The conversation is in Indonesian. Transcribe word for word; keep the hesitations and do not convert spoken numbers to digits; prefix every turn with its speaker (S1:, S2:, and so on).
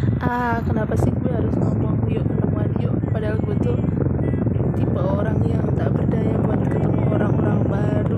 S1: ah kenapa sih gue harus ngomong yuk ketemuan yuk, padahal gue tuh tipe orang yang tak berdaya buat ketemu orang-orang baru.